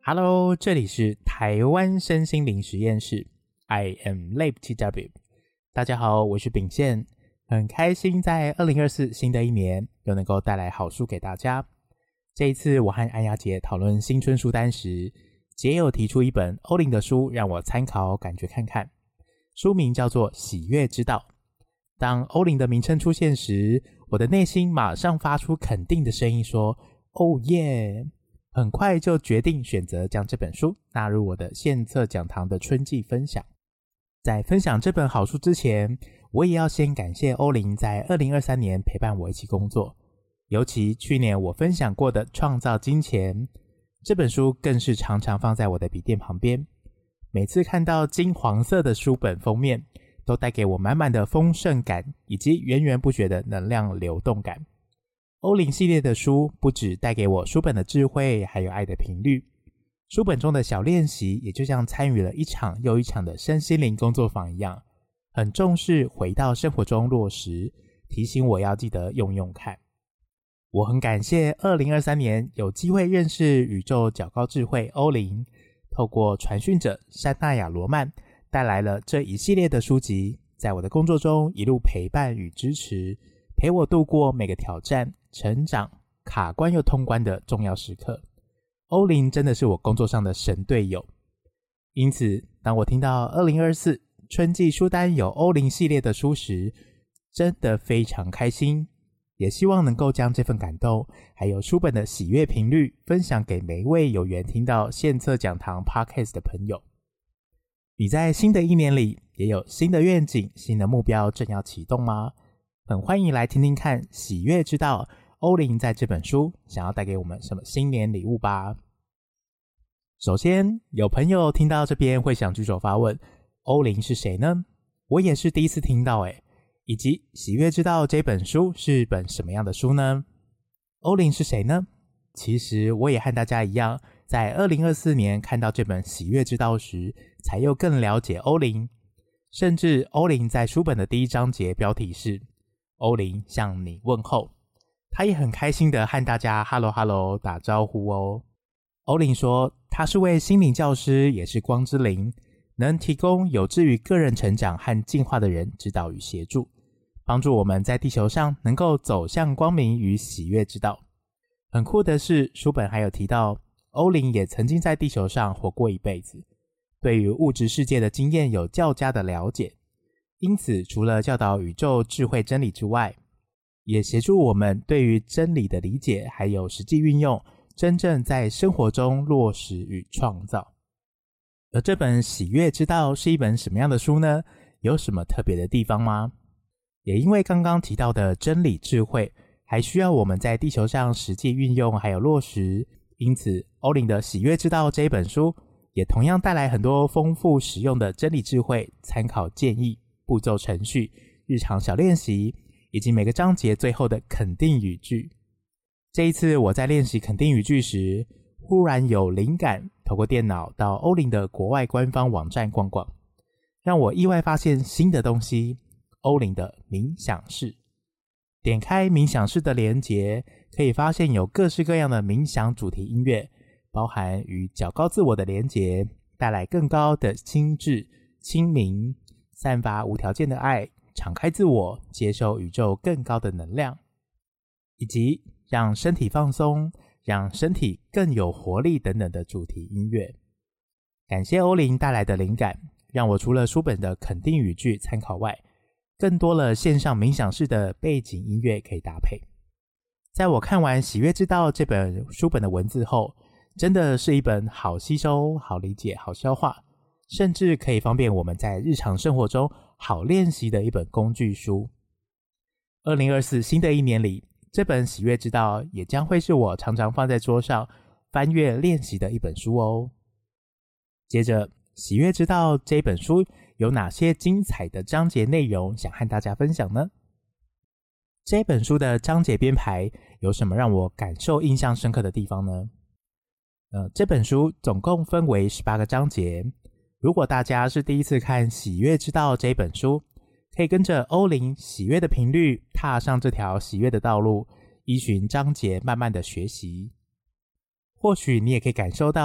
Hello， 这里是台湾身心灵实验室 I am Lab TW。 大家好，我是秉宪，很开心在2024新的一年又能够带来好书给大家。这一次我和安雅姐讨论新春书单时，姐有提出一本欧林的书让我参考感觉看看，书名叫做《喜悦之道》。当欧林的名称出现时，我的内心马上发出肯定的声音说哦耶，很快就决定选择将这本书纳入我的献策讲堂的春季分享。在分享这本好书之前，我也要先感谢欧林在2023年陪伴我一起工作，尤其去年我分享过的《创造金钱》这本书更是常常放在我的笔电旁边，每次看到金黄色的书本封面都带给我满满的丰盛感以及源源不绝的能量流动感。欧林系列的书不只带给我书本的智慧，还有爱的频率。书本中的小练习也就像参与了一场又一场的身心灵工作坊一样，很重视回到生活中落实，提醒我要记得用用看。我很感谢2023年有机会认识宇宙较高智慧欧林，透过传讯者山纳亚罗曼带来了这一系列的书籍，在我的工作中一路陪伴与支持，陪我度过每个挑战、成长、卡关又通关的重要时刻。欧林真的是我工作上的神队友，因此当我听到2024春季书单有欧林系列的书时，真的非常开心，也希望能够将这份感动还有书本的喜悦频率分享给每一位有缘听到献策讲堂 Podcast 的朋友。你在新的一年里也有新的愿景、新的目标正要启动吗？很欢迎来听听看喜悦之道欧林在这本书想要带给我们什么新年礼物吧。首先，有朋友听到这边会想举手发问，欧林是谁呢？我也是第一次听到耶，以及喜悦之道这本书是本什么样的书呢？欧林是谁呢？其实我也和大家一样，在2024年看到这本喜悦之道时，才又更了解欧林，甚至欧林在书本的第一章节标题是欧林向你问候，他也很开心的和大家 Hello 打招呼哦。欧林说他是位心灵教师，也是光之灵，能提供有志于个人成长和进化的人指导与协助，帮助我们在地球上能够走向光明与喜悦之道。很酷的是，书本还有提到欧林也曾经在地球上活过一辈子，对于物质世界的经验有较佳的了解，因此除了教导宇宙智慧真理之外，也协助我们对于真理的理解还有实际运用，真正在生活中落实与创造。而这本喜悦之道是一本什么样的书呢？有什么特别的地方吗？也因为刚刚提到的真理智慧还需要我们在地球上实际运用还有落实，因此欧林的喜悦之道这一本书也同样带来很多丰富实用的真理智慧、参考建议、步骤程序、日常小练习，以及每个章节最后的肯定语句。这一次我在练习肯定语句时，忽然有灵感，透过电脑到欧林的国外官方网站逛逛，让我意外发现新的东西，欧林的冥想室。点开冥想室的连结，可以发现有各式各样的冥想主题音乐，包含与较高自我的连结，带来更高的心智、清明，散发无条件的爱，敞开自我，接受宇宙更高的能量，以及让身体放松，让身体更有活力等等的主题音乐。感谢欧林带来的灵感，让我除了书本的肯定语句参考外，更多了线上冥想室的背景音乐可以搭配。在我看完《喜悦之道》这本书本的文字后，真的是一本好吸收、好理解、好消化，甚至可以方便我们在日常生活中好练习的一本工具书。2024新的一年里，这本喜悦之道也将会是我常常放在桌上翻阅练习的一本书哦。接着，喜悦之道这本书有哪些精彩的章节内容想和大家分享呢？这本书的章节编排有什么让我感受印象深刻的地方呢？这本书总共分为18个章节，如果大家是第一次看喜悦之道这本书，可以跟着欧林喜悦的频率踏上这条喜悦的道路，依循章节慢慢的学习。或许你也可以感受到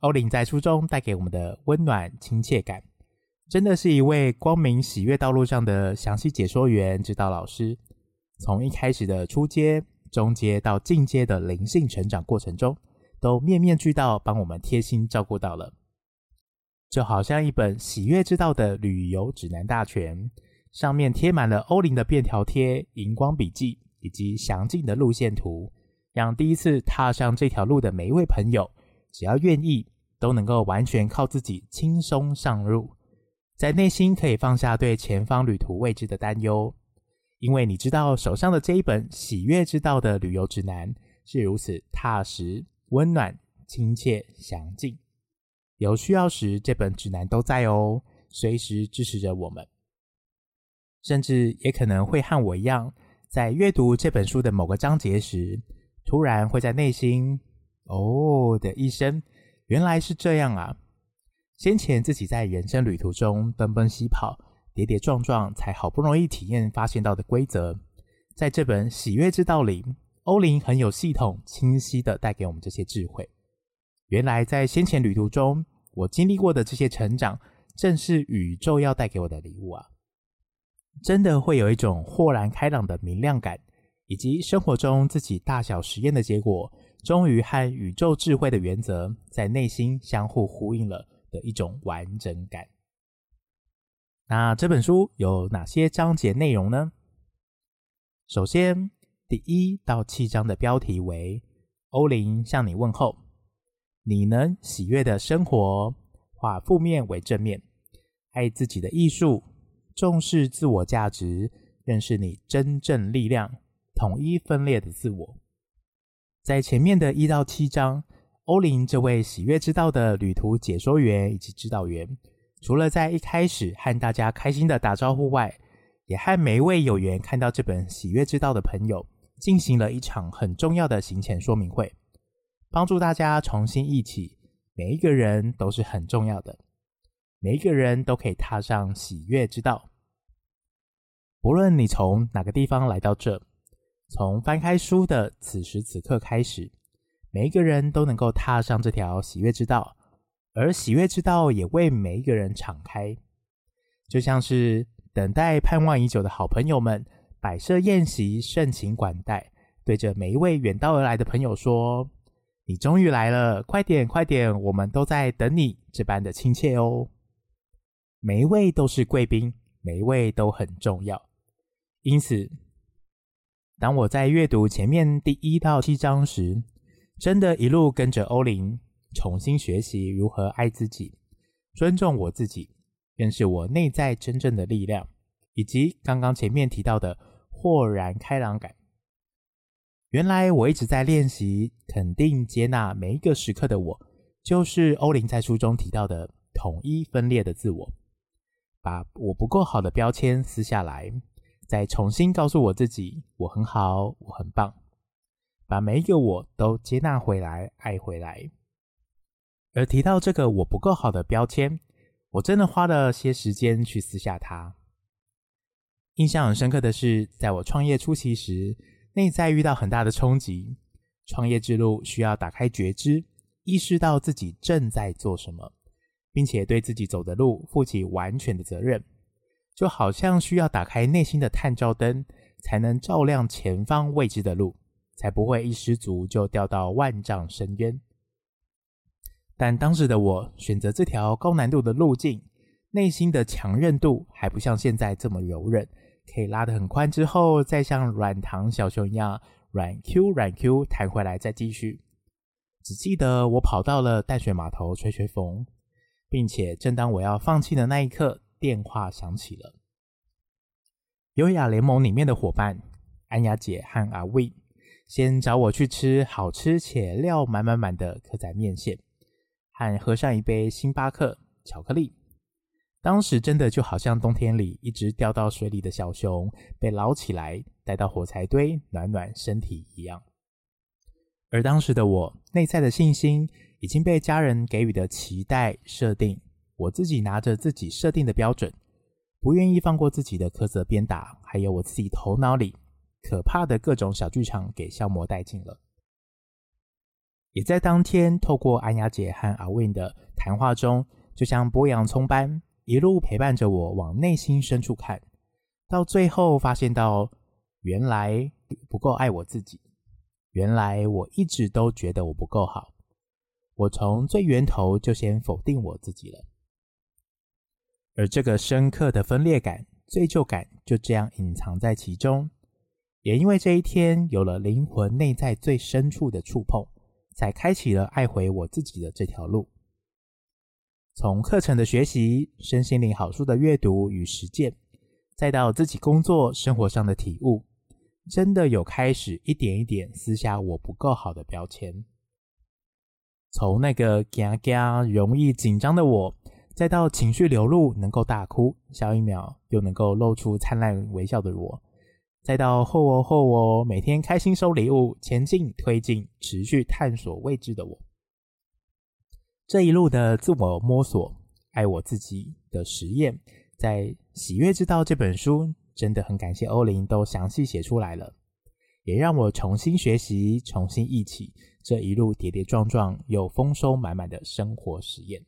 欧林在书中带给我们的温暖亲切感，真的是一位光明喜悦道路上的详细解说员、指导老师。从一开始的初阶、中阶到进阶的灵性成长过程中，都面面俱到，帮我们贴心照顾到了。就好像一本喜悦之道的旅游指南大全，上面贴满了欧林的便条贴、荧光笔记以及详尽的路线图，让第一次踏上这条路的每一位朋友，只要愿意，都能够完全靠自己轻松上路，在内心可以放下对前方旅途未知的担忧，因为你知道手上的这一本喜悦之道的旅游指南是如此踏实、温暖、亲切、详尽。有需要时，这本指南都在哦，随时支持着我们。甚至也可能会和我一样，在阅读这本书的某个章节时，突然会在内心哦的一声，原来是这样啊。先前自己在人生旅途中奔奔西跑，跌跌撞撞，才好不容易体验发现到的规则，在这本喜悦之道里，欧林很有系统、清晰的带给我们这些智慧。原来在先前旅途中，我经历过的这些成长，正是宇宙要带给我的礼物啊！真的会有一种豁然开朗的明亮感，以及生活中自己大小实验的结果，终于和宇宙智慧的原则在内心相互呼应了的一种完整感。那这本书有哪些章节内容呢？首先，第1到7章的标题为欧林向你问候，你能喜悦的生活，化负面为正面，爱自己的艺术，重视自我价值，认识你真正力量，统一分裂的自我。在前面的1到7章，欧林这位喜悦之道的旅途解说员以及指导员，除了在一开始和大家开心的打招呼外，也和每一位有缘看到这本喜悦之道的朋友进行了一场很重要的行前说明会，帮助大家重新忆起每一个人都是很重要的，每一个人都可以踏上喜悦之道。不论你从哪个地方来到这，从翻开书的此时此刻开始，每一个人都能够踏上这条喜悦之道，而喜悦之道也为每一个人敞开，就像是等待盼望已久的好朋友们摆设宴席，盛情管待，对着每一位远道而来的朋友说，你终于来了，快点快点，我们都在等你，这般的亲切哦。每一位都是贵宾，每一位都很重要。因此，当我在阅读前面第1到7章时，真的一路跟着欧林重新学习如何爱自己，尊重我自己，认识我内在真正的力量，以及刚刚前面提到的豁然开朗感。原来我一直在练习肯定接纳每一个时刻的我，就是欧林在书中提到的统一分裂的自我，把我不够好的标签撕下来，再重新告诉我自己我很好，我很棒，把每一个我都接纳回来，爱回来。而提到这个我不够好的标签，我真的花了些时间去撕下它。印象很深刻的是，在我创业初期时，内在遇到很大的冲击，创业之路需要打开觉知，意识到自己正在做什么，并且对自己走的路负起完全的责任，就好像需要打开内心的探照灯，才能照亮前方未知的路，才不会一失足就掉到万丈深渊。但当时的我选择这条高难度的路径，内心的强韧度还不像现在这么柔韧，可以拉得很宽之后，再像软糖小熊一样软 Q 弹回来再继续。只记得我跑到了淡水码头吹吹风，并且正当我要放弃的那一刻，电话响起了。优雅联盟里面的伙伴安雅姐和阿卫先找我去吃好吃且料满满满的蚵仔面线，和喝上一杯星巴克巧克力。当时真的就好像冬天里一只掉到水里的小熊被捞起来带到火柴堆暖暖身体一样。而当时的我内在的信心已经被家人给予的期待设定，我自己拿着自己设定的标准，不愿意放过自己的苛责鞭打，还有我自己头脑里可怕的各种小剧场给消磨殆尽了。 也在当天透过安雅姐和阿 Win 的谈话中，就像剥洋葱般一路陪伴着我往内心深处看，到最后发现到原来不够爱我自己，原来我一直都觉得我不够好，我从最源头就先否定我自己了。而这个深刻的分裂感、罪疚感就这样隐藏在其中，也因为这一天有了灵魂内在最深处的触碰，才开启了爱回我自己的这条路。从课程的学习、身心灵好书的阅读与实践，再到自己工作生活上的体悟，真的有开始一点一点撕下我不够好的标签。从那个嘎嘎容易紧张的我，再到情绪流露能够大哭下一秒又能够露出灿烂微笑的我，再到后每天开心收礼物，前进推进持续探索未知的我。这一路的自我摸索、爱我自己的实验，在《喜悦之道》这本书真的很感谢欧琳都详细写出来了，也让我重新学习、重新忆起这一路跌跌撞撞又丰收满满的生活实验。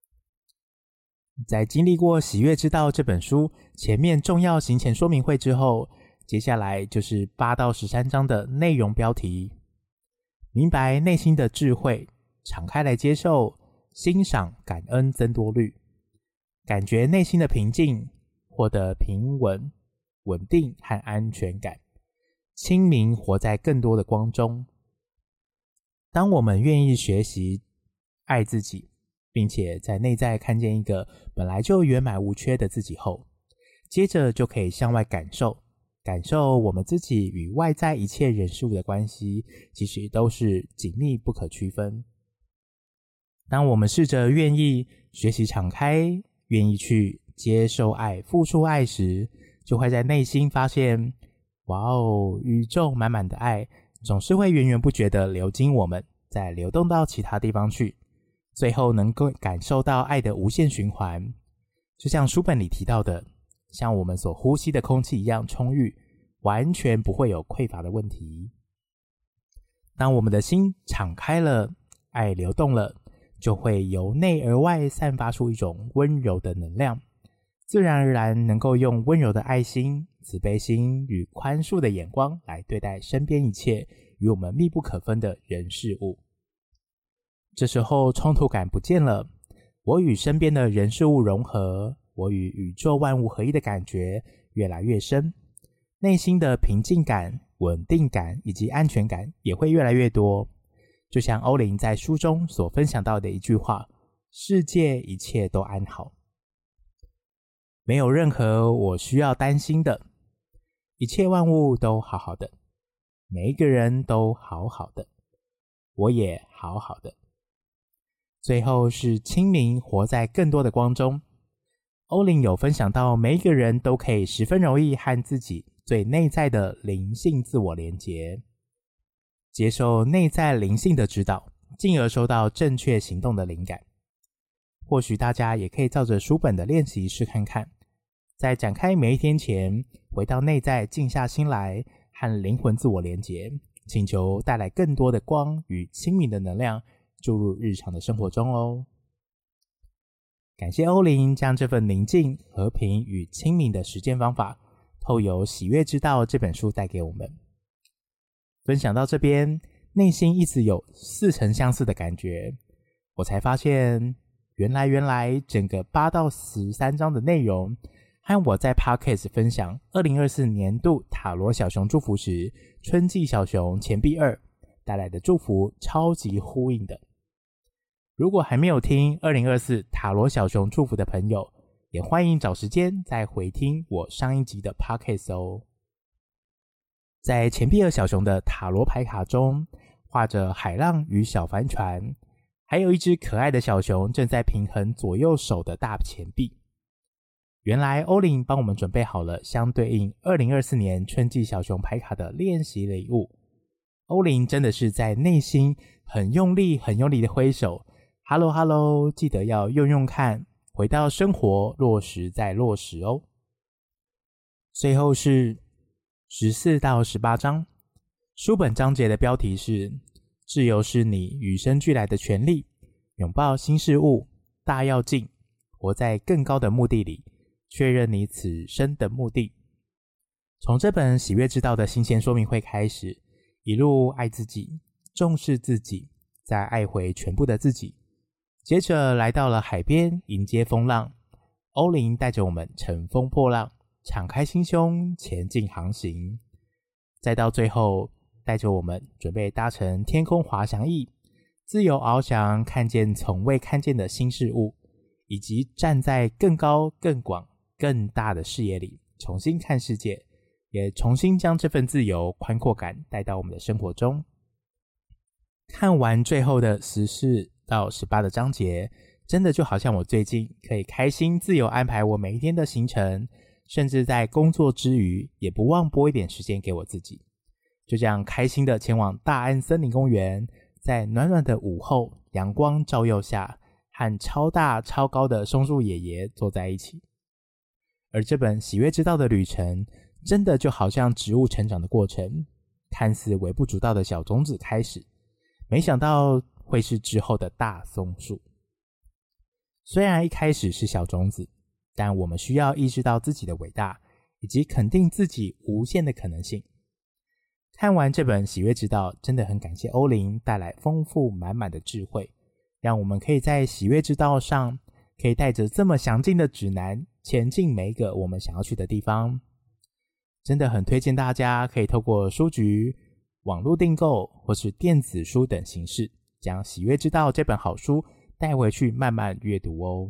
在经历过《喜悦之道》这本书前面重要行前说明会之后，接下来就是8到13章的内容标题：明白内心的智慧，敞开来接受，欣赏感恩增多率，感觉内心的平静，获得平稳、稳定和安全感，清明活在更多的光中。当我们愿意学习爱自己，并且在内在看见一个本来就圆满无缺的自己后，接着就可以向外感受我们自己与外在一切人事物的关系，其实都是紧密不可区分。当我们试着愿意学习敞开，愿意去接受爱、付出爱时，就会在内心发现，哇哦，宇宙满满的爱总是会源源不绝地流经我们，再流动到其他地方去，最后能够感受到爱的无限循环。就像书本里提到的，像我们所呼吸的空气一样充裕，完全不会有匮乏的问题。当我们的心敞开了，爱流动了，就会由内而外散发出一种温柔的能量，自然而然能够用温柔的爱心、慈悲心与宽恕的眼光来对待身边一切与我们密不可分的人事物。这时候冲突感不见了，我与身边的人事物融合，我与宇宙万物合一的感觉越来越深，内心的平静感、稳定感以及安全感也会越来越多。就像欧琳在书中所分享到的一句话：世界一切都安好，没有任何我需要担心的，一切万物都好好的，每一个人都好好的，我也好好的。最后是清明活在更多的光中。欧琳有分享到，每一个人都可以十分容易和自己最内在的灵性自我连结，接受内在灵性的指导，进而收到正确行动的灵感。或许大家也可以照着书本的练习试看看，在展开每一天前，回到内在静下心来，和灵魂自我连结，请求带来更多的光与清明的能量注入日常的生活中哦。感谢欧琳将这份宁静、和平与清明的实践方法透由《喜悦之道》这本书带给我们。分享到这边，内心一直有似曾相似的感觉，我才发现原来整个8到13章的内容和我在 Podcast 分享2024年度塔罗小熊祝福时春季小熊钱币2带来的祝福超级呼应的。如果还没有听2024塔罗小熊祝福的朋友，也欢迎找时间再回听我上一集的 Podcast 哦。在钱币2小熊的塔罗牌卡中，画着海浪与小帆船，还有一只可爱的小熊正在平衡左右手的大钱币。原来欧琳帮我们准备好了相对应2024年春季小熊牌卡的练习礼物。欧琳真的是在内心很用力的挥手， Hello， 记得要用看，回到生活落实再落实哦。最后是14到18章，书本章节的标题是自由是你与生俱来的权利，拥抱新事物，大跃进，活在更高的目的里，确认你此生的目的。从这本喜悦之道的新鲜说明会开始，一路爱自己，重视自己，再爱回全部的自己。接着来到了海边，迎接风浪，欧林带着我们乘风破浪，敞开心胸，前进航行。再到最后，带着我们准备搭乘天空滑翔翼，自由翱翔，看见从未看见的新事物，以及站在更高、更广、更大的视野里重新看世界，也重新将这份自由宽阔感带到我们的生活中。看完最后的14到18的章节，真的就好像我最近可以开心自由安排我每一天的行程，甚至在工作之余也不忘拨一点时间给我自己。就这样开心的前往大安森林公园，在暖暖的午后阳光照耀下，和超大超高的松树爷爷坐在一起。而这本喜悦之道的旅程，真的就好像植物成长的过程，看似微不足道的小种子开始，没想到会是之后的大松树。虽然一开始是小种子，但我们需要意识到自己的伟大，以及肯定自己无限的可能性。看完这本喜悦之道，真的很感谢欧林带来丰富满满的智慧，让我们可以在喜悦之道上，可以带着这么详尽的指南，前进每一个我们想要去的地方。真的很推荐大家可以透过书局、网络订购或是电子书等形式，将喜悦之道这本好书带回去慢慢阅读哦。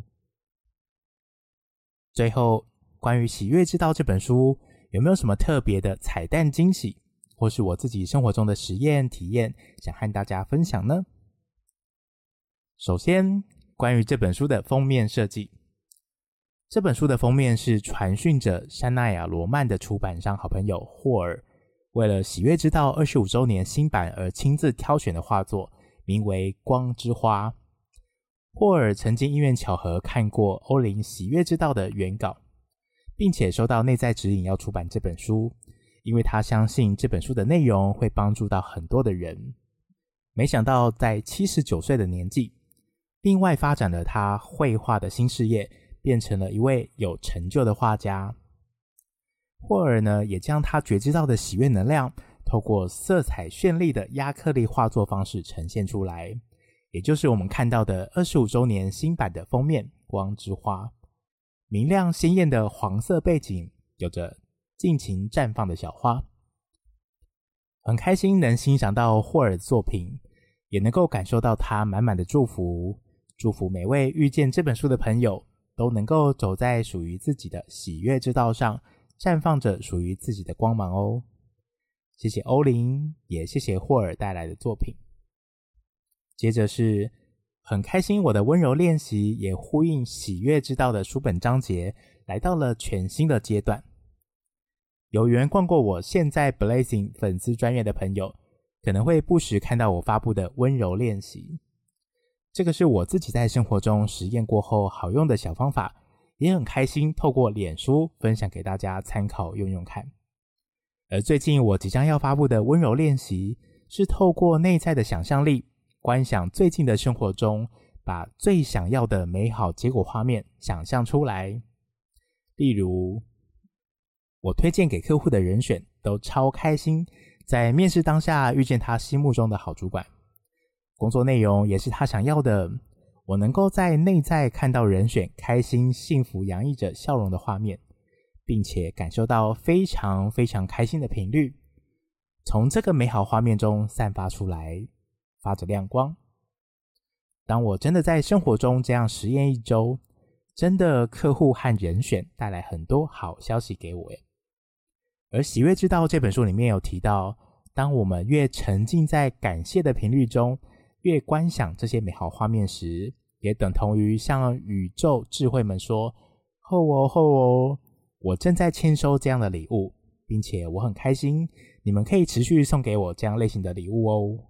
最后，关于喜悦之道这本书，有没有什么特别的彩蛋惊喜，或是我自己生活中的实验体验想和大家分享呢？首先，关于这本书的封面设计。这本书的封面是传讯者山奈亚罗曼的出版商好朋友霍尔为了喜悦之道25周年新版而亲自挑选的画作，名为《光之花》。霍尔曾经因缘巧合看过欧林喜悦之道的原稿，并且收到内在指引要出版这本书，因为他相信这本书的内容会帮助到很多的人。没想到在79岁的年纪，另外发展了他绘画的新事业，变成了一位有成就的画家。霍尔呢，也将他觉知到的喜悦能量，透过色彩绚丽的亚克力画作方式呈现出来，也就是我们看到的25周年新版的封面《光之花》。明亮鲜艳的黄色背景，有着尽情绽放的小花。很开心能欣赏到霍尔的作品，也能够感受到他满满的祝福，祝福每位遇见这本书的朋友都能够走在属于自己的喜悦之道上，绽放着属于自己的光芒哦。谢谢欧林，也谢谢霍尔带来的作品。接着是很开心我的温柔练习也呼应喜悦之道的书本章节，来到了全新的阶段。有缘逛过我现在 Blazing 粉丝专页的朋友，可能会不时看到我发布的温柔练习。这个是我自己在生活中实验过后好用的小方法，也很开心透过脸书分享给大家参考用用看。而最近我即将要发布的温柔练习，是透过内在的想象力，观想最近的生活中，把最想要的美好结果画面想象出来。例如，我推荐给客户的人选都超开心，在面试当下遇见他心目中的好主管，工作内容也是他想要的，我能够在内在看到人选开心幸福洋溢着笑容的画面，并且感受到非常非常开心的频率，从这个美好画面中散发出来，发着亮光。当我真的在生活中这样实验1周，真的客户和人选带来很多好消息给我耶。而喜悦之道这本书里面有提到，当我们越沉浸在感谢的频率中，越观想这些美好画面时，也等同于向宇宙智慧们说，后哦，我正在签收这样的礼物，并且我很开心，你们可以持续送给我这样类型的礼物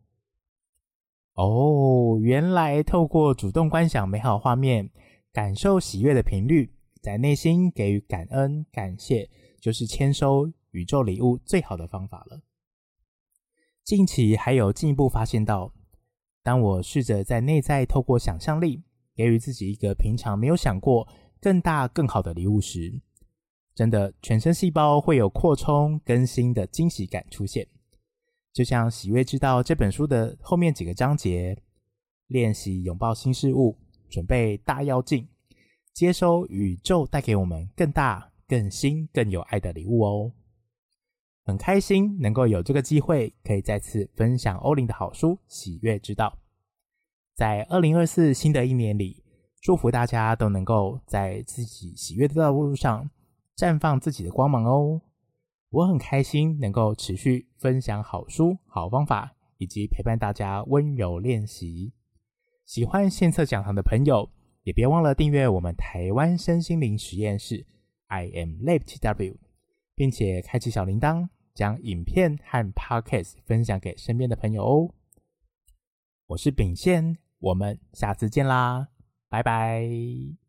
哦。原来透过主动观想美好画面，感受喜悦的频率，在内心给予感恩感谢，就是签收宇宙礼物最好的方法了。近期还有进一步发现到， 当我试着在内在透过想象力，给予自己一个平常没有想过更大更好的礼物时，真的全身细胞会有扩充更新的惊喜感出现。就像《喜悦之道》这本书的后面几个章节，练习拥抱新事物，准备大跃进，接收宇宙带给我们更大更新更有爱的礼物哦。很开心能够有这个机会可以再次分享欧林的好书《喜悦之道》。在2024新的一年里，祝福大家都能够在自己喜悦的道路上绽放自己的光芒哦。我很开心能够持续分享好书、好方法，以及陪伴大家温柔练习。喜欢献策讲堂的朋友，也别忘了订阅我们台湾身心灵实验室 I am Lab TW， 并且开启小铃铛，将影片和 Podcast 分享给身边的朋友哦。我是秉宪，我们下次见啦，拜拜。